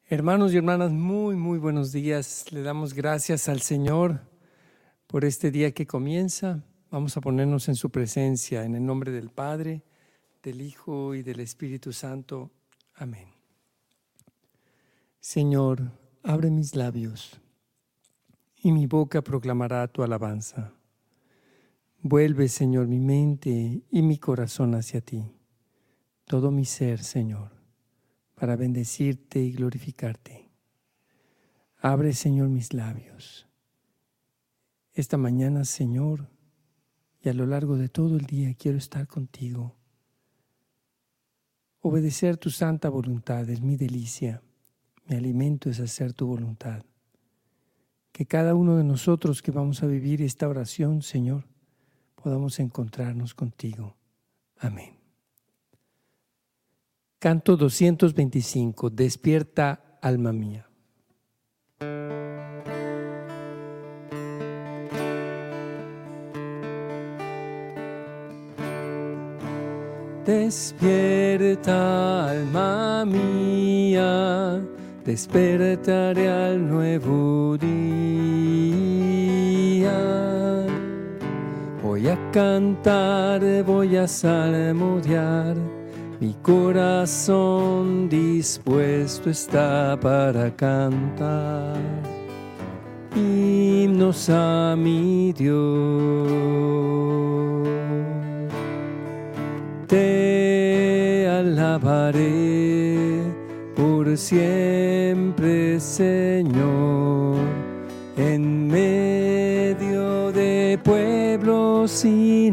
Hermanos y hermanas, muy buenos días. Le damos gracias al Señor por este día que comienza. Vamos a ponernos en su presencia, en el nombre del Padre, del Hijo y del Espíritu Santo. Amén. Señor, abre mis labios y mi boca proclamará tu alabanza. Vuelve, Señor, mi mente y mi corazón hacia ti, todo mi ser, Señor, para bendecirte y glorificarte. Abre, Señor, mis labios. Esta mañana, Señor, y a lo largo de todo el día quiero estar contigo. Obedecer tu santa voluntad es mi delicia. Mi alimento es hacer tu voluntad. Que cada uno de nosotros que vamos a vivir esta oración, Señor, podamos encontrarnos contigo. Amén. Canto 225. Despierta, alma mía. Despierta, alma mía, despertaré al nuevo día. Voy a cantar, voy a salmodiar, mi corazón dispuesto está para cantar himnos a mi Dios. Te alabaré por siempre, Señor, en medio de pueblos y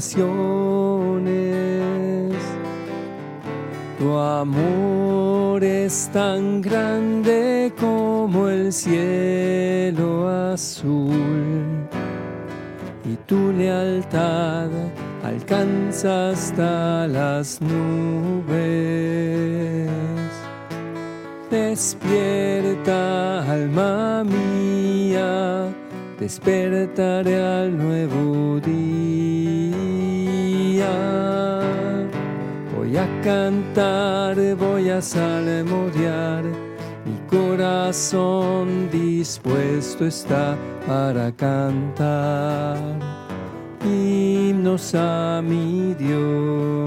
naciones. Tu amor es tan grande como el cielo azul, y tu lealtad alcanza hasta las nubes. Despierta, alma mía, despertaré al nuevo día. Voy a cantar, voy a salmodiar, mi corazón dispuesto está para cantar himnos a mi Dios.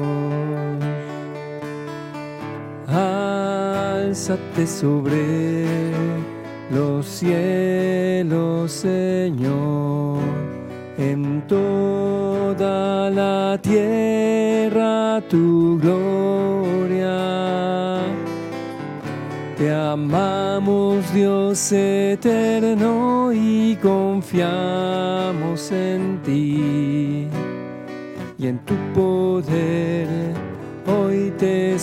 Álzate sobre los cielos, Señor, en toda la tierra tu gloria. Te amamos, Dios eterno, y confiamos en ti, y en tu poder hoy te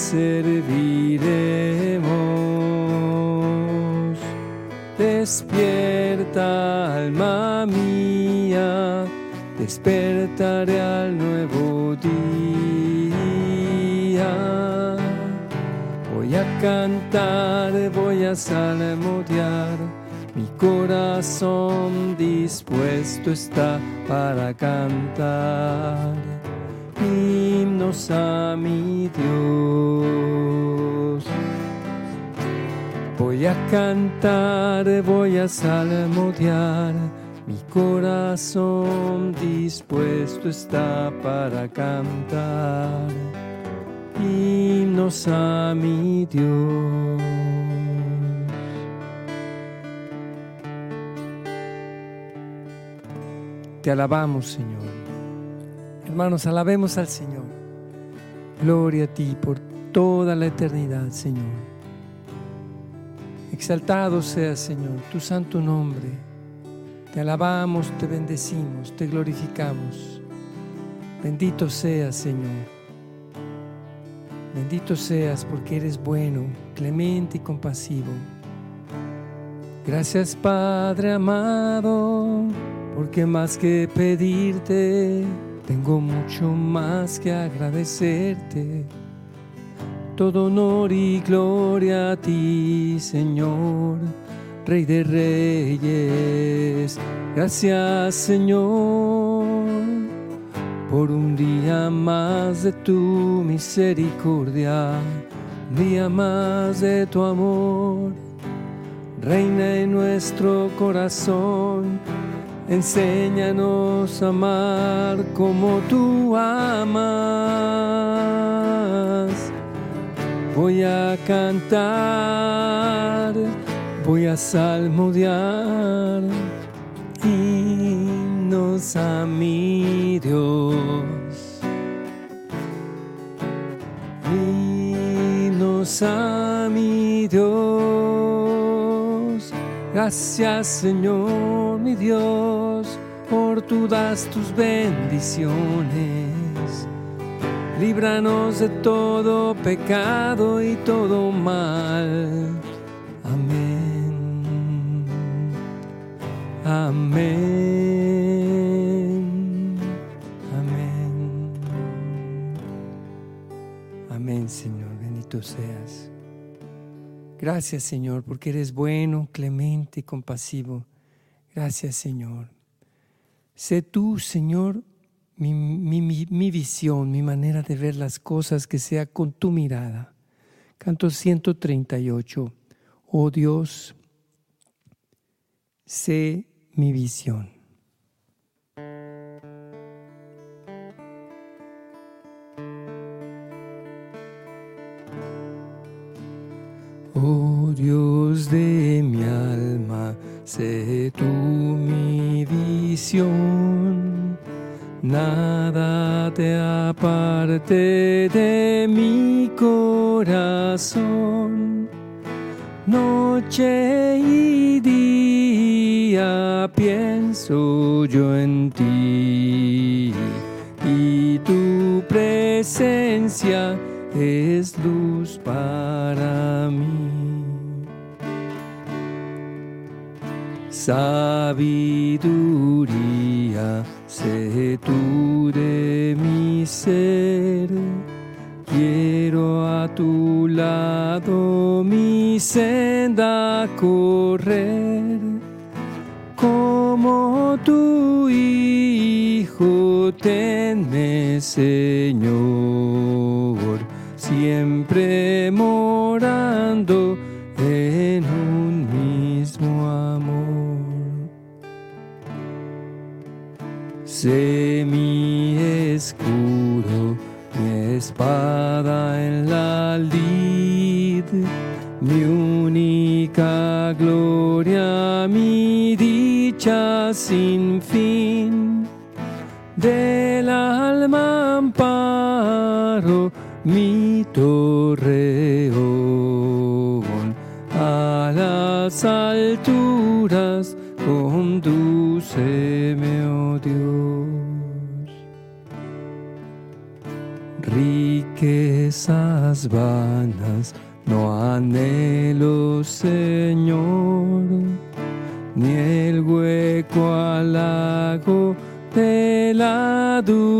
serviremos. Despierta, alma mía, despertaré al nuevo día. Voy a cantar, voy a salmodiar, mi corazón dispuesto está para cantar himnos a mi Dios. Voy a cantar, voy a salmodiar, mi corazón dispuesto está para cantar himnos a mi Dios. Te alabamos, Señor. Hermanos, alabemos al Señor. Gloria a ti por toda la eternidad, Señor. Exaltado sea, Señor, tu santo nombre. Te alabamos, te bendecimos, te glorificamos. Bendito seas, Señor. Bendito seas porque eres bueno, clemente y compasivo. Gracias, Padre amado, porque más que pedirte, tengo mucho más que agradecerte. Todo honor y gloria a ti, Señor, Rey de Reyes. Gracias, Señor, por un día más de tu misericordia. día más de tu amor. Reina en nuestro corazón, enséñanos a amar como tú amas. Voy a cantar, voy a salmodiar himnos a mi Dios. Himnos a mi Dios. Gracias, Señor, mi Dios, por todas tus bendiciones. Líbranos de todo pecado y todo mal. Amén. Amén. Amén. Amén, Señor. Bendito seas. Gracias, Señor, porque eres bueno, clemente y compasivo. Gracias, Señor. Sé tú, Señor, mi visión, mi manera de ver las cosas, que sea con tu mirada. Canto 138. Oh Dios, sé mi visión. Oh Dios de mi alma, sé tú mi visión. Nada te aparte de mi corazón. Noche y día pienso yo en ti, y tu presencia es luz para mí. Sabiduría, sé tú de mi ser. Quiero a tu lado mi senda correr. Como tu Hijo, tenme, Señor, siempre morando en un mismo amor. Sé mi escudo, mi espada en la lid, mi única gloria, mi dicha sin fin. Del alma amparo, mi torreón, a las alturas condúceme, oh Dios. Riquezas vanas no anhelo, Señor, ni el hueco halago de la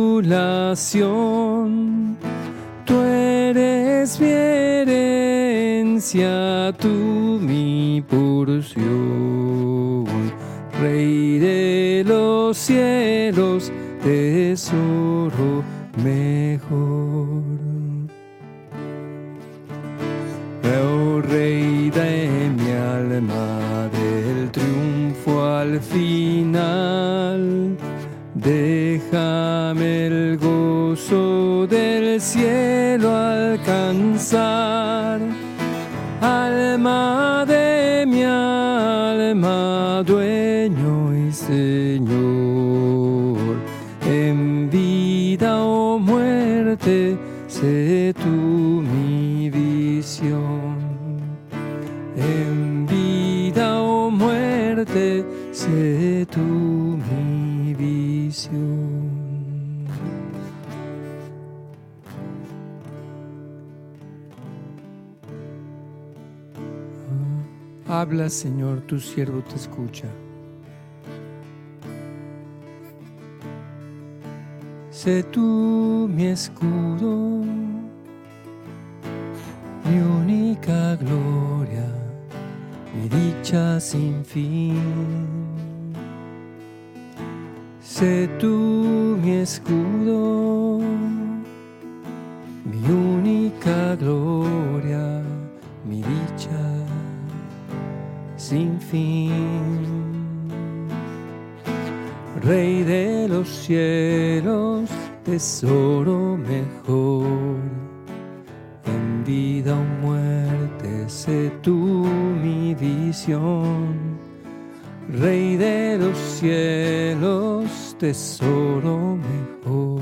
adulación. Tú eres mi herencia, tú mi porción. Rey de los cielos, tesoro mejor. Oh Rey de mi alma, del triunfo al final, déjame el gozo del cielo alcanzar. Alma de mi alma, dueño y Señor, en vida o muerte, sé tú mi visión. En vida o muerte, sé tú mi visión. Habla, Señor, tu siervo te escucha. Sé tú mi escudo, mi única gloria, mi dicha sin fin. Sé tú mi escudo, mi única gloria, los cielos, tesoro mejor. En vida o muerte, sé tú mi visión. Rey de los cielos, tesoro mejor.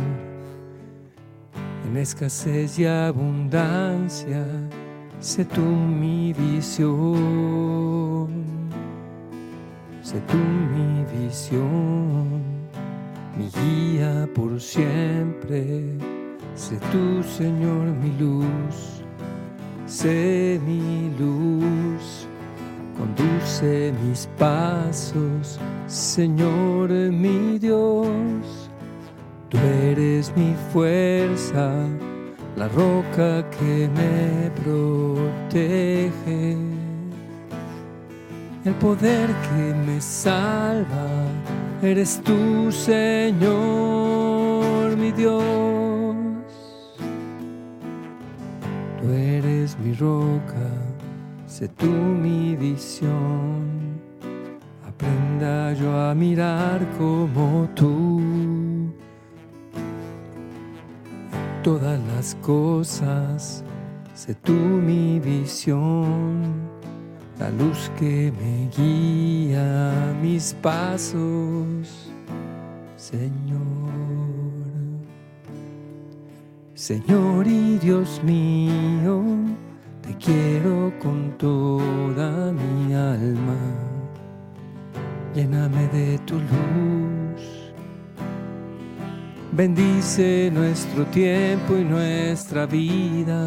En escasez y abundancia, sé tú mi visión. Sé tú mi visión, mi guía por siempre. Sé tú, Señor, mi luz. Sé mi luz, conduce mis pasos, Señor mi Dios. Tú eres mi fuerza, la roca que me protege, el poder que me salva. Eres tú, Señor mi Dios. Tú eres mi roca, sé tú mi visión. Aprenda yo a mirar como tú. Todas las cosas, sé tú mi visión. La luz que me guía mis pasos, Señor. Señor y Dios mío, te quiero con toda mi alma. Lléname de tu luz. Bendice nuestro tiempo y nuestra vida.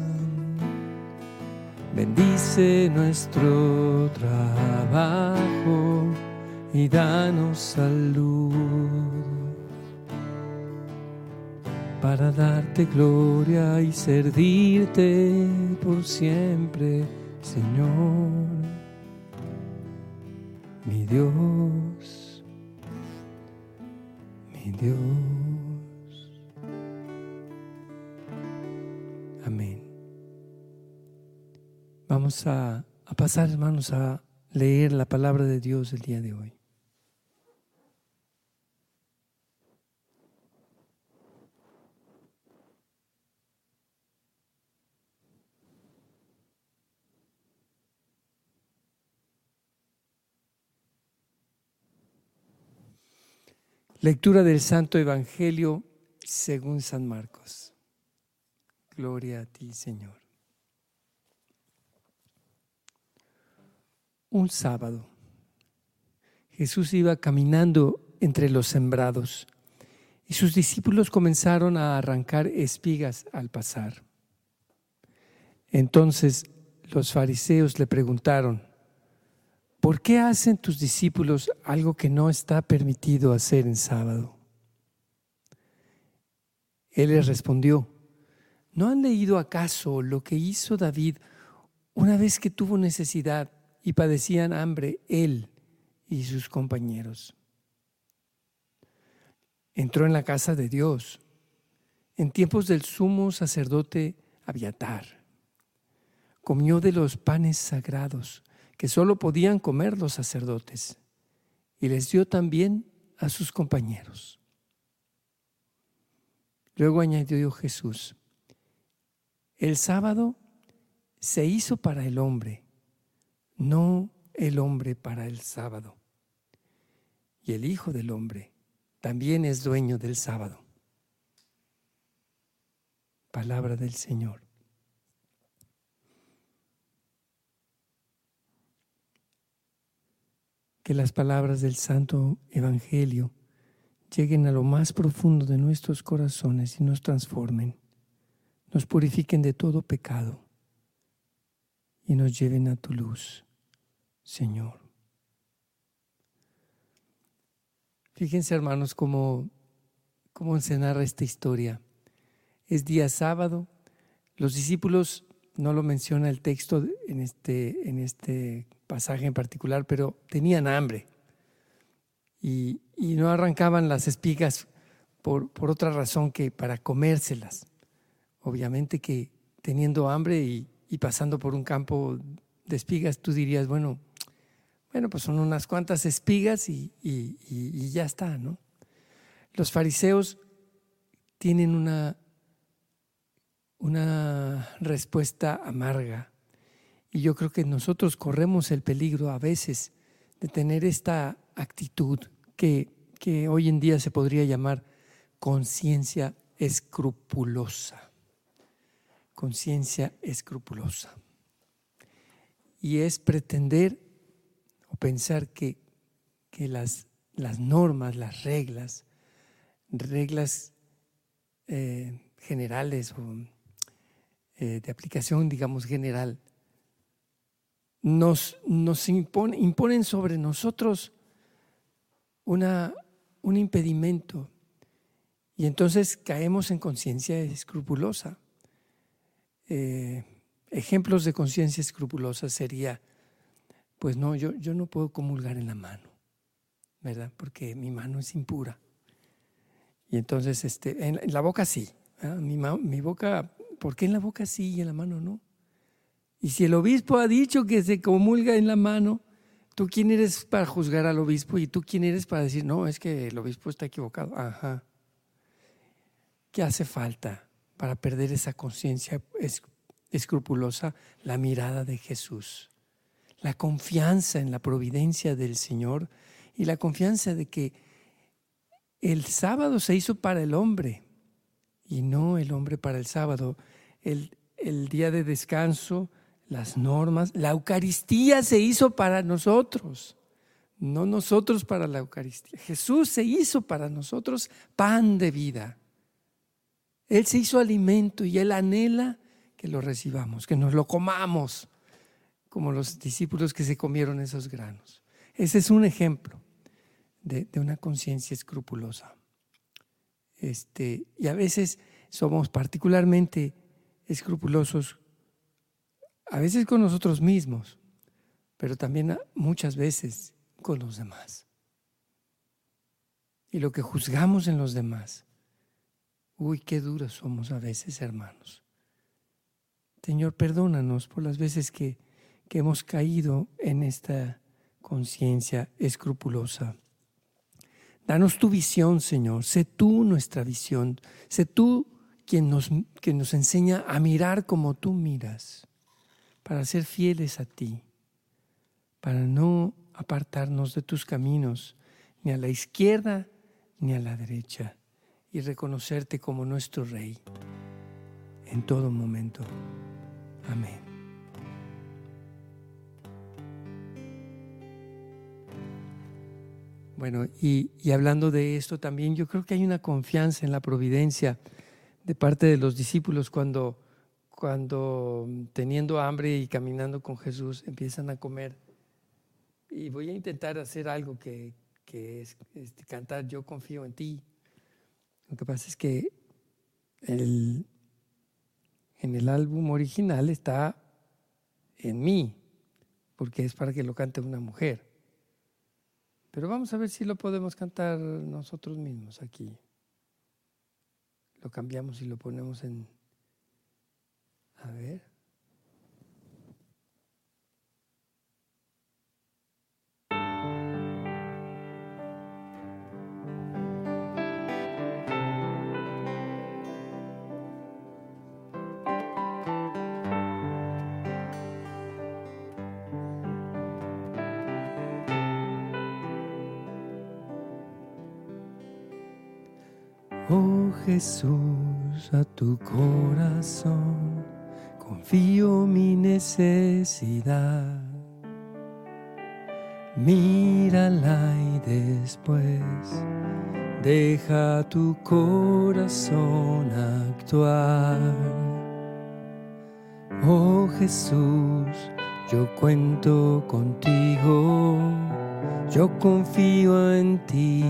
Bendice nuestro trabajo y danos salud para darte gloria y servirte por siempre, Señor, mi Dios, mi Dios. Amén. Vamos a pasar, hermanos, a leer la palabra de Dios el día de hoy. Lectura del Santo Evangelio según San Marcos. Gloria a ti, Señor. Un sábado, Jesús iba caminando entre los sembrados y sus discípulos comenzaron a arrancar espigas al pasar. Entonces los fariseos le preguntaron: ¿por qué hacen tus discípulos algo que no está permitido hacer en sábado? Él les respondió: ¿no han leído acaso lo que hizo David una vez que tuvo necesidad y padecían hambre él y sus compañeros? Entró en la casa de Dios en tiempos del sumo sacerdote Abiatar. Comió de los panes sagrados que solo podían comer los sacerdotes y les dio también a sus compañeros. Luego añadió Jesús: el sábado se hizo para el hombre, no el hombre para el sábado. Y el Hijo del Hombre también es dueño del sábado. Palabra del Señor. Que las palabras del Santo Evangelio lleguen a lo más profundo de nuestros corazones y nos transformen, nos purifiquen de todo pecado y nos lleven a tu luz, Señor. Fíjense, hermanos, cómo se narra esta historia. Es día sábado, los discípulos, no lo menciona el texto en este pasaje en particular, pero tenían hambre y no arrancaban las espigas por otra razón que para comérselas. Obviamente que teniendo hambre y pasando por un campo de espigas, tú dirías, bueno, pues son unas cuantas espigas y ya está, ¿no? Los fariseos tienen una respuesta amarga. Y yo creo que nosotros corremos el peligro a veces de tener esta actitud que hoy en día se podría llamar conciencia escrupulosa. Conciencia escrupulosa. Y es pretender o pensar que las normas, las reglas generales o de aplicación, digamos, general, nos imponen sobre nosotros un impedimento, y entonces caemos en conciencia escrupulosa. Ejemplos de conciencia escrupulosa sería, pues no, yo no puedo comulgar en la mano, ¿verdad? Porque mi mano es impura. Y entonces en la boca sí, ¿verdad? Mi boca, ¿por qué en la boca sí y en la mano no? Y si el obispo ha dicho que se comulga en la mano, ¿tú quién eres para juzgar al obispo? ¿Y tú quién eres para decir, no, es que el obispo está equivocado? Ajá. ¿Qué hace falta para perder esa conciencia escrupulosa? La mirada de Jesús, la confianza en la providencia del Señor y la confianza de que el sábado se hizo para el hombre y no el hombre para el sábado. El día de descanso, las normas, la Eucaristía se hizo para nosotros, no nosotros para la Eucaristía. Jesús se hizo para nosotros pan de vida. Él se hizo alimento y Él anhela que lo recibamos, que nos lo comamos, como los discípulos que se comieron esos granos. Ese es un ejemplo de una conciencia escrupulosa. Y a veces somos particularmente escrupulosos, a veces con nosotros mismos, pero también muchas veces con los demás. Y lo que juzgamos en los demás, uy, qué duros somos a veces, hermanos. Señor, perdónanos por las veces que hemos caído en esta conciencia escrupulosa. Danos tu visión, Señor. Sé tú nuestra visión. Sé tú quien nos enseña a mirar como tú miras, para ser fieles a ti, para no apartarnos de tus caminos, ni a la izquierda ni a la derecha, y reconocerte como nuestro Rey en todo momento. Amén. Bueno, y hablando de esto también, yo creo que hay una confianza en la providencia de parte de los discípulos cuando teniendo hambre y caminando con Jesús empiezan a comer. Y voy a intentar hacer algo que es cantar Yo confío en ti. Lo que pasa es que en el álbum original está en mí, porque es para que lo cante una mujer. Pero vamos a ver si lo podemos cantar nosotros mismos aquí. Lo cambiamos y lo ponemos en... A ver. Oh Jesús, a tu corazón confío mi necesidad. Mírala y después deja tu corazón actuar. Oh Jesús, yo cuento contigo, yo confío en ti.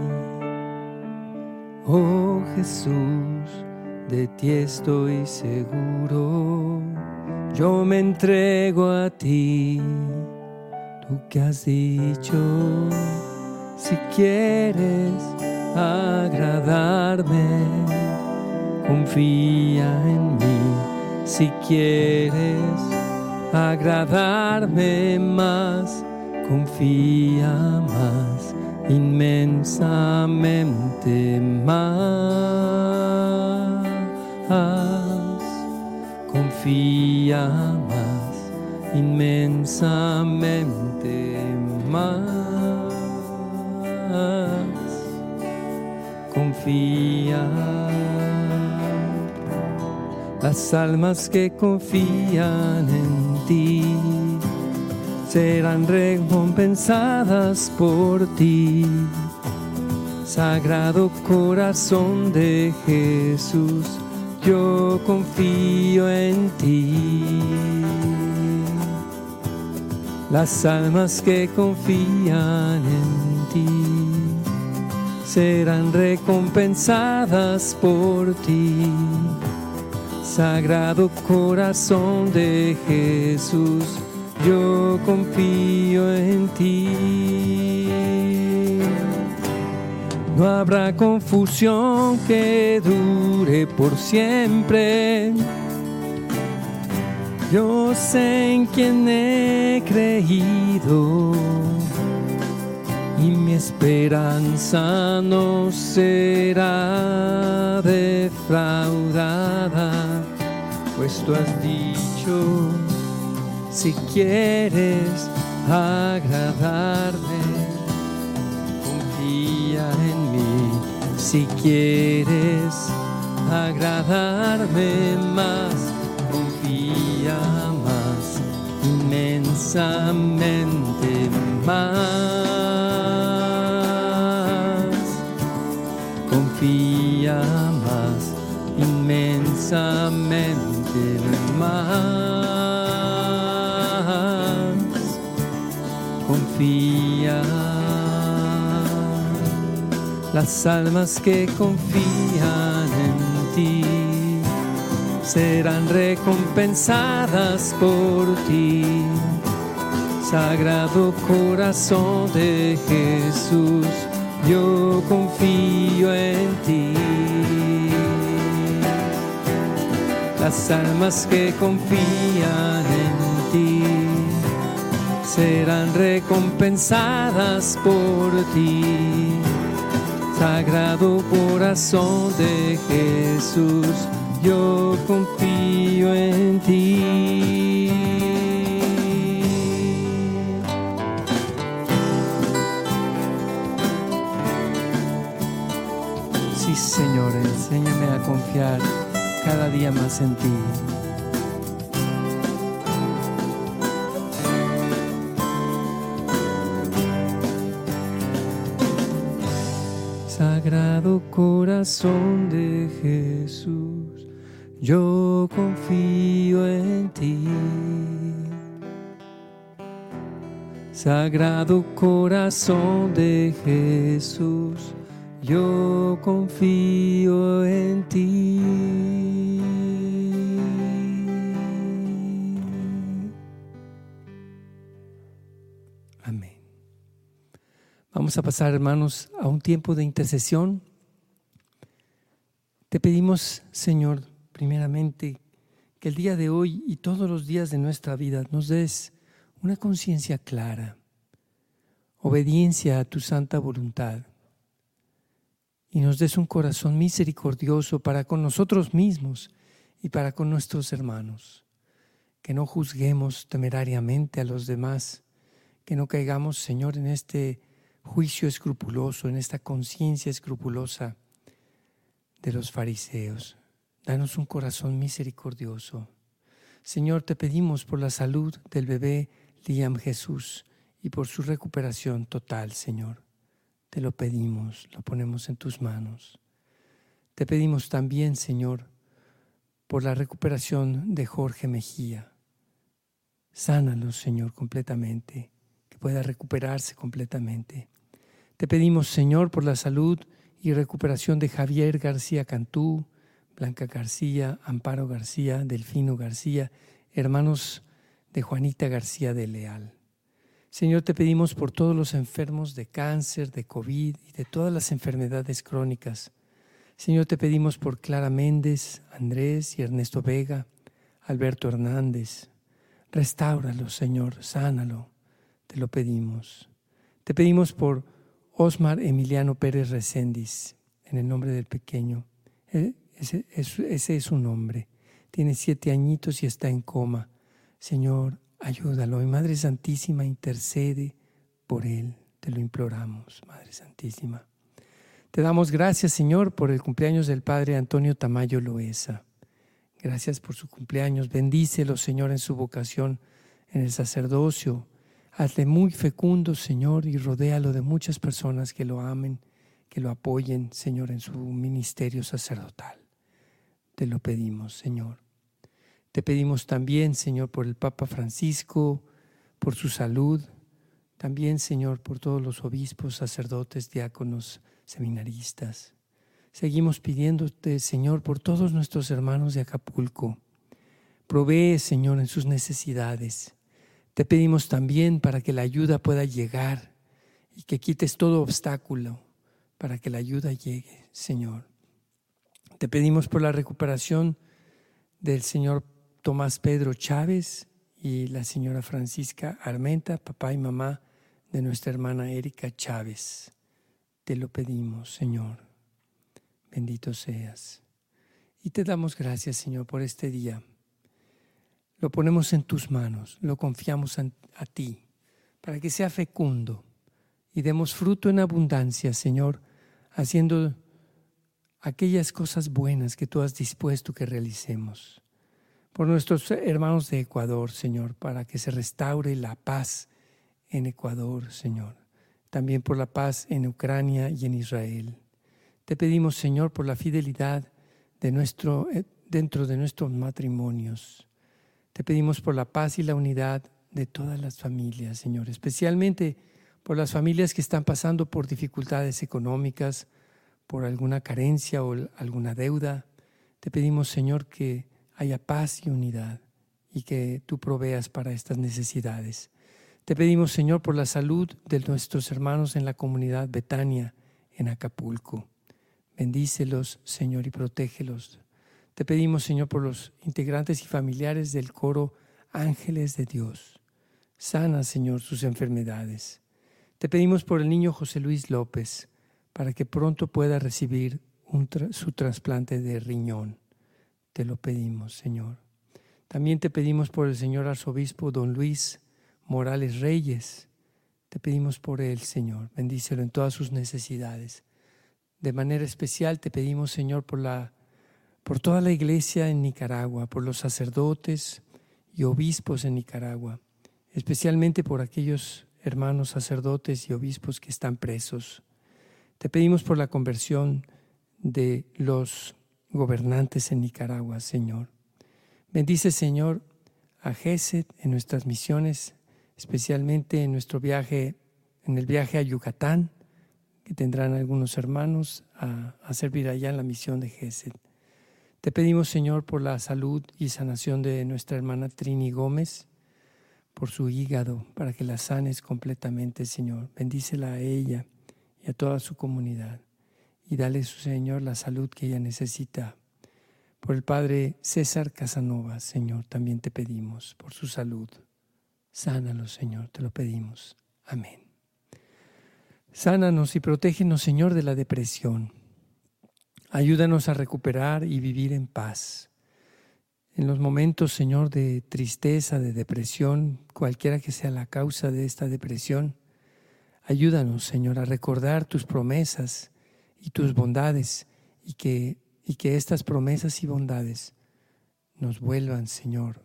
Oh Jesús, de ti estoy seguro, yo me entrego a ti. Tú que has dicho, si quieres agradarme, confía en mí. Si quieres agradarme más, confía más inmensamente más. Confía más, inmensamente más. Confía. Las almas que confían en ti serán recompensadas por ti. Sagrado corazón de Jesús, yo confío en ti. Las almas que confían en ti serán recompensadas por ti. Sagrado corazón de Jesús, yo confío en ti. No habrá confusión que dure por siempre. Yo sé en quién he creído y mi esperanza no será defraudada, pues tú has dicho, si quieres agradarme, confía en mí. Si quieres agradarme más, confía más, inmensamente más. Confía más, inmensamente más. Confía. Las almas que confían en ti serán recompensadas por ti. Sagrado corazón de Jesús, yo confío en ti. Las almas que confían en ti serán recompensadas por ti. Sagrado corazón de Jesús, yo confío en ti. Sí, Señor, enséñame a confiar cada día más en ti. Sagrado corazón de Jesús, yo confío en ti. Sagrado corazón de Jesús, yo confío en ti. Amén. Vamos a pasar, hermanos, a un tiempo de intercesión. Te pedimos, Señor, primeramente, que el día de hoy y todos los días de nuestra vida nos des una conciencia clara, obediencia a tu santa voluntad, y nos des un corazón misericordioso para con nosotros mismos y para con nuestros hermanos. Que no juzguemos temerariamente a los demás, que no caigamos, Señor, en este juicio escrupuloso, en esta conciencia escrupulosa de los fariseos. Danos un corazón misericordioso. Señor, te pedimos por la salud del bebé Liam Jesús y por su recuperación total, Señor. Te lo pedimos, lo ponemos en tus manos. Te pedimos también, Señor, por la recuperación de Jorge Mejía. Sánalo, Señor, completamente, que pueda recuperarse completamente. Te pedimos, Señor, por la salud y recuperación de Javier García Cantú, Blanca García, Amparo García, Delfino García, hermanos de Juanita García de Leal. Señor, te pedimos por todos los enfermos de cáncer, de COVID y de todas las enfermedades crónicas. Señor, te pedimos por Clara Méndez, Andrés y Ernesto Vega, Alberto Hernández. Restáuralo, Señor, sánalo, te lo pedimos. Te pedimos por Osmar Emiliano Pérez Recendis, en el nombre del pequeño. Ese es su nombre. Tiene 7 añitos y está en coma. Señor, ayúdalo. Y Madre Santísima, intercede por él. Te lo imploramos, Madre Santísima. Te damos gracias, Señor, por el cumpleaños del Padre Antonio Tamayo Loesa. Gracias por su cumpleaños. Bendícelo, Señor, en su vocación en el sacerdocio. Hazle muy fecundo, Señor, y rodéalo de muchas personas que lo amen, que lo apoyen, Señor, en su ministerio sacerdotal. Te lo pedimos, Señor. Te pedimos también, Señor, por el Papa Francisco, por su salud. También, Señor, por todos los obispos, sacerdotes, diáconos, seminaristas. Seguimos pidiéndote, Señor, por todos nuestros hermanos de Acapulco. Provee, Señor, en sus necesidades. Te pedimos también para que la ayuda pueda llegar y que quites todo obstáculo para que la ayuda llegue, Señor. Te pedimos por la recuperación del señor Tomás Pedro Chávez y la señora Francisca Armenta, papá y mamá de nuestra hermana Erika Chávez. Te lo pedimos, Señor. Bendito seas. Y te damos gracias, Señor, por este día. Lo ponemos en tus manos, lo confiamos a ti, para que sea fecundo y demos fruto en abundancia, Señor, haciendo aquellas cosas buenas que tú has dispuesto que realicemos. Por nuestros hermanos de Ecuador, Señor, para que se restaure la paz en Ecuador, Señor. También por la paz en Ucrania y en Israel. Te pedimos, Señor, por la fidelidad dentro de nuestros matrimonios. Te pedimos por la paz y la unidad de todas las familias, Señor, especialmente por las familias que están pasando por dificultades económicas, por alguna carencia o alguna deuda. Te pedimos, Señor, que haya paz y unidad y que tú proveas para estas necesidades. Te pedimos, Señor, por la salud de nuestros hermanos en la comunidad Betania en Acapulco. Bendícelos, Señor, y protégelos. Te pedimos, Señor, por los integrantes y familiares del coro Ángeles de Dios. Sana, Señor, sus enfermedades. Te pedimos por el niño José Luis López, para que pronto pueda recibir su trasplante de riñón. Te lo pedimos, Señor. También te pedimos por el señor arzobispo don Luis Morales Reyes. Te pedimos por él, Señor. Bendícelo en todas sus necesidades. De manera especial te pedimos, Señor, por toda la iglesia en Nicaragua, por los sacerdotes y obispos en Nicaragua, especialmente por aquellos hermanos sacerdotes y obispos que están presos. Te pedimos por la conversión de los gobernantes en Nicaragua, Señor. Bendice, Señor, a GESED en nuestras misiones, especialmente en el viaje a Yucatán, que tendrán algunos hermanos a servir allá en la misión de GESED. Te pedimos, Señor, por la salud y sanación de nuestra hermana Trini Gómez, por su hígado, para que la sanes completamente, Señor. Bendícela a ella y a toda su comunidad. Y dale, Señor, la salud que ella necesita. Por el Padre César Casanova, Señor, también te pedimos por su salud. Sánalo, Señor, te lo pedimos. Amén. Sánanos y protégenos, Señor, de la depresión. Ayúdanos a recuperar y vivir en paz. En los momentos, Señor, de tristeza, de depresión, cualquiera que sea la causa de esta depresión, ayúdanos, Señor, a recordar tus promesas y tus bondades y que estas promesas y bondades nos vuelvan, Señor,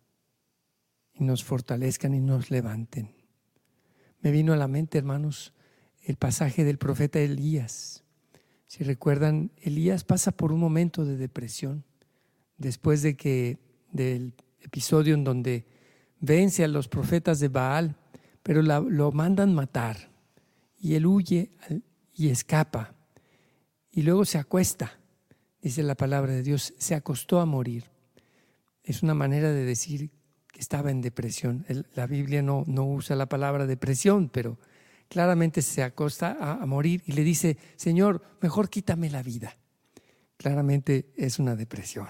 y nos fortalezcan y nos levanten. Me vino a la mente, hermanos, el pasaje del profeta Elías. Si recuerdan, Elías pasa por un momento de depresión después del episodio en donde vence a los profetas de Baal, pero lo mandan matar y él huye y escapa y luego se acuesta. Dice la palabra de Dios, se acostó a morir. Es una manera de decir que estaba en depresión. La Biblia no usa la palabra depresión, pero claramente se acosta a morir y le dice, Señor, mejor quítame la vida. Claramente es una depresión.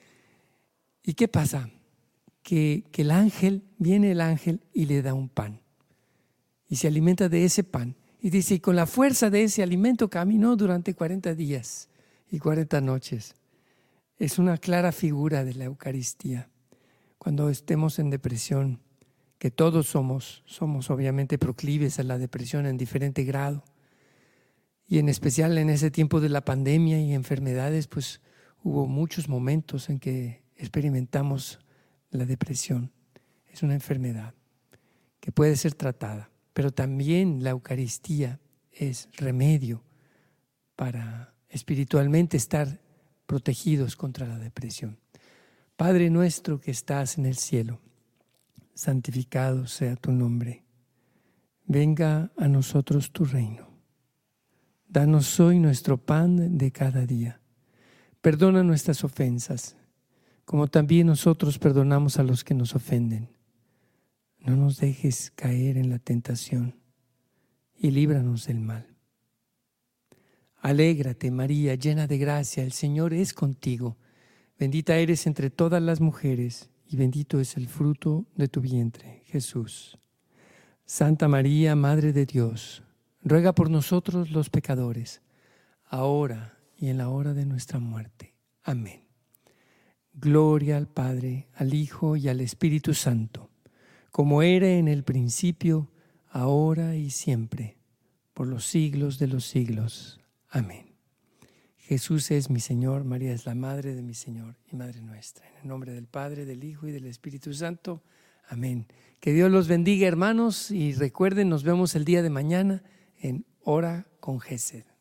¿Y qué pasa? Que viene el ángel y le da un pan. Y se alimenta de ese pan. Y dice, y con la fuerza de ese alimento caminó durante 40 días y 40 noches. Es una clara figura de la Eucaristía. Cuando estemos en depresión, que todos somos obviamente proclives a la depresión en diferente grado. Y en especial en ese tiempo de la pandemia y enfermedades, pues hubo muchos momentos en que experimentamos la depresión. Es una enfermedad que puede ser tratada, pero también la Eucaristía es remedio para espiritualmente estar protegidos contra la depresión. Padre nuestro que estás en el cielo, santificado sea tu nombre. Venga a nosotros tu reino. Danos hoy nuestro pan de cada día. Perdona nuestras ofensas, como también nosotros perdonamos a los que nos ofenden. No nos dejes caer en la tentación y líbranos del mal. Alégrate, María, llena de gracia, el Señor es contigo. Bendita eres entre todas las mujeres y bendito es el fruto de tu vientre, Jesús. Santa María, Madre de Dios, ruega por nosotros los pecadores, ahora y en la hora de nuestra muerte. Amén. Gloria al Padre, al Hijo y al Espíritu Santo, como era en el principio, ahora y siempre, por los siglos de los siglos. Amén. Jesús es mi Señor, María es la Madre de mi Señor y Madre nuestra. En el nombre del Padre, del Hijo y del Espíritu Santo. Amén. Que Dios los bendiga, hermanos, y recuerden, nos vemos el día de mañana en Hora con Gesed.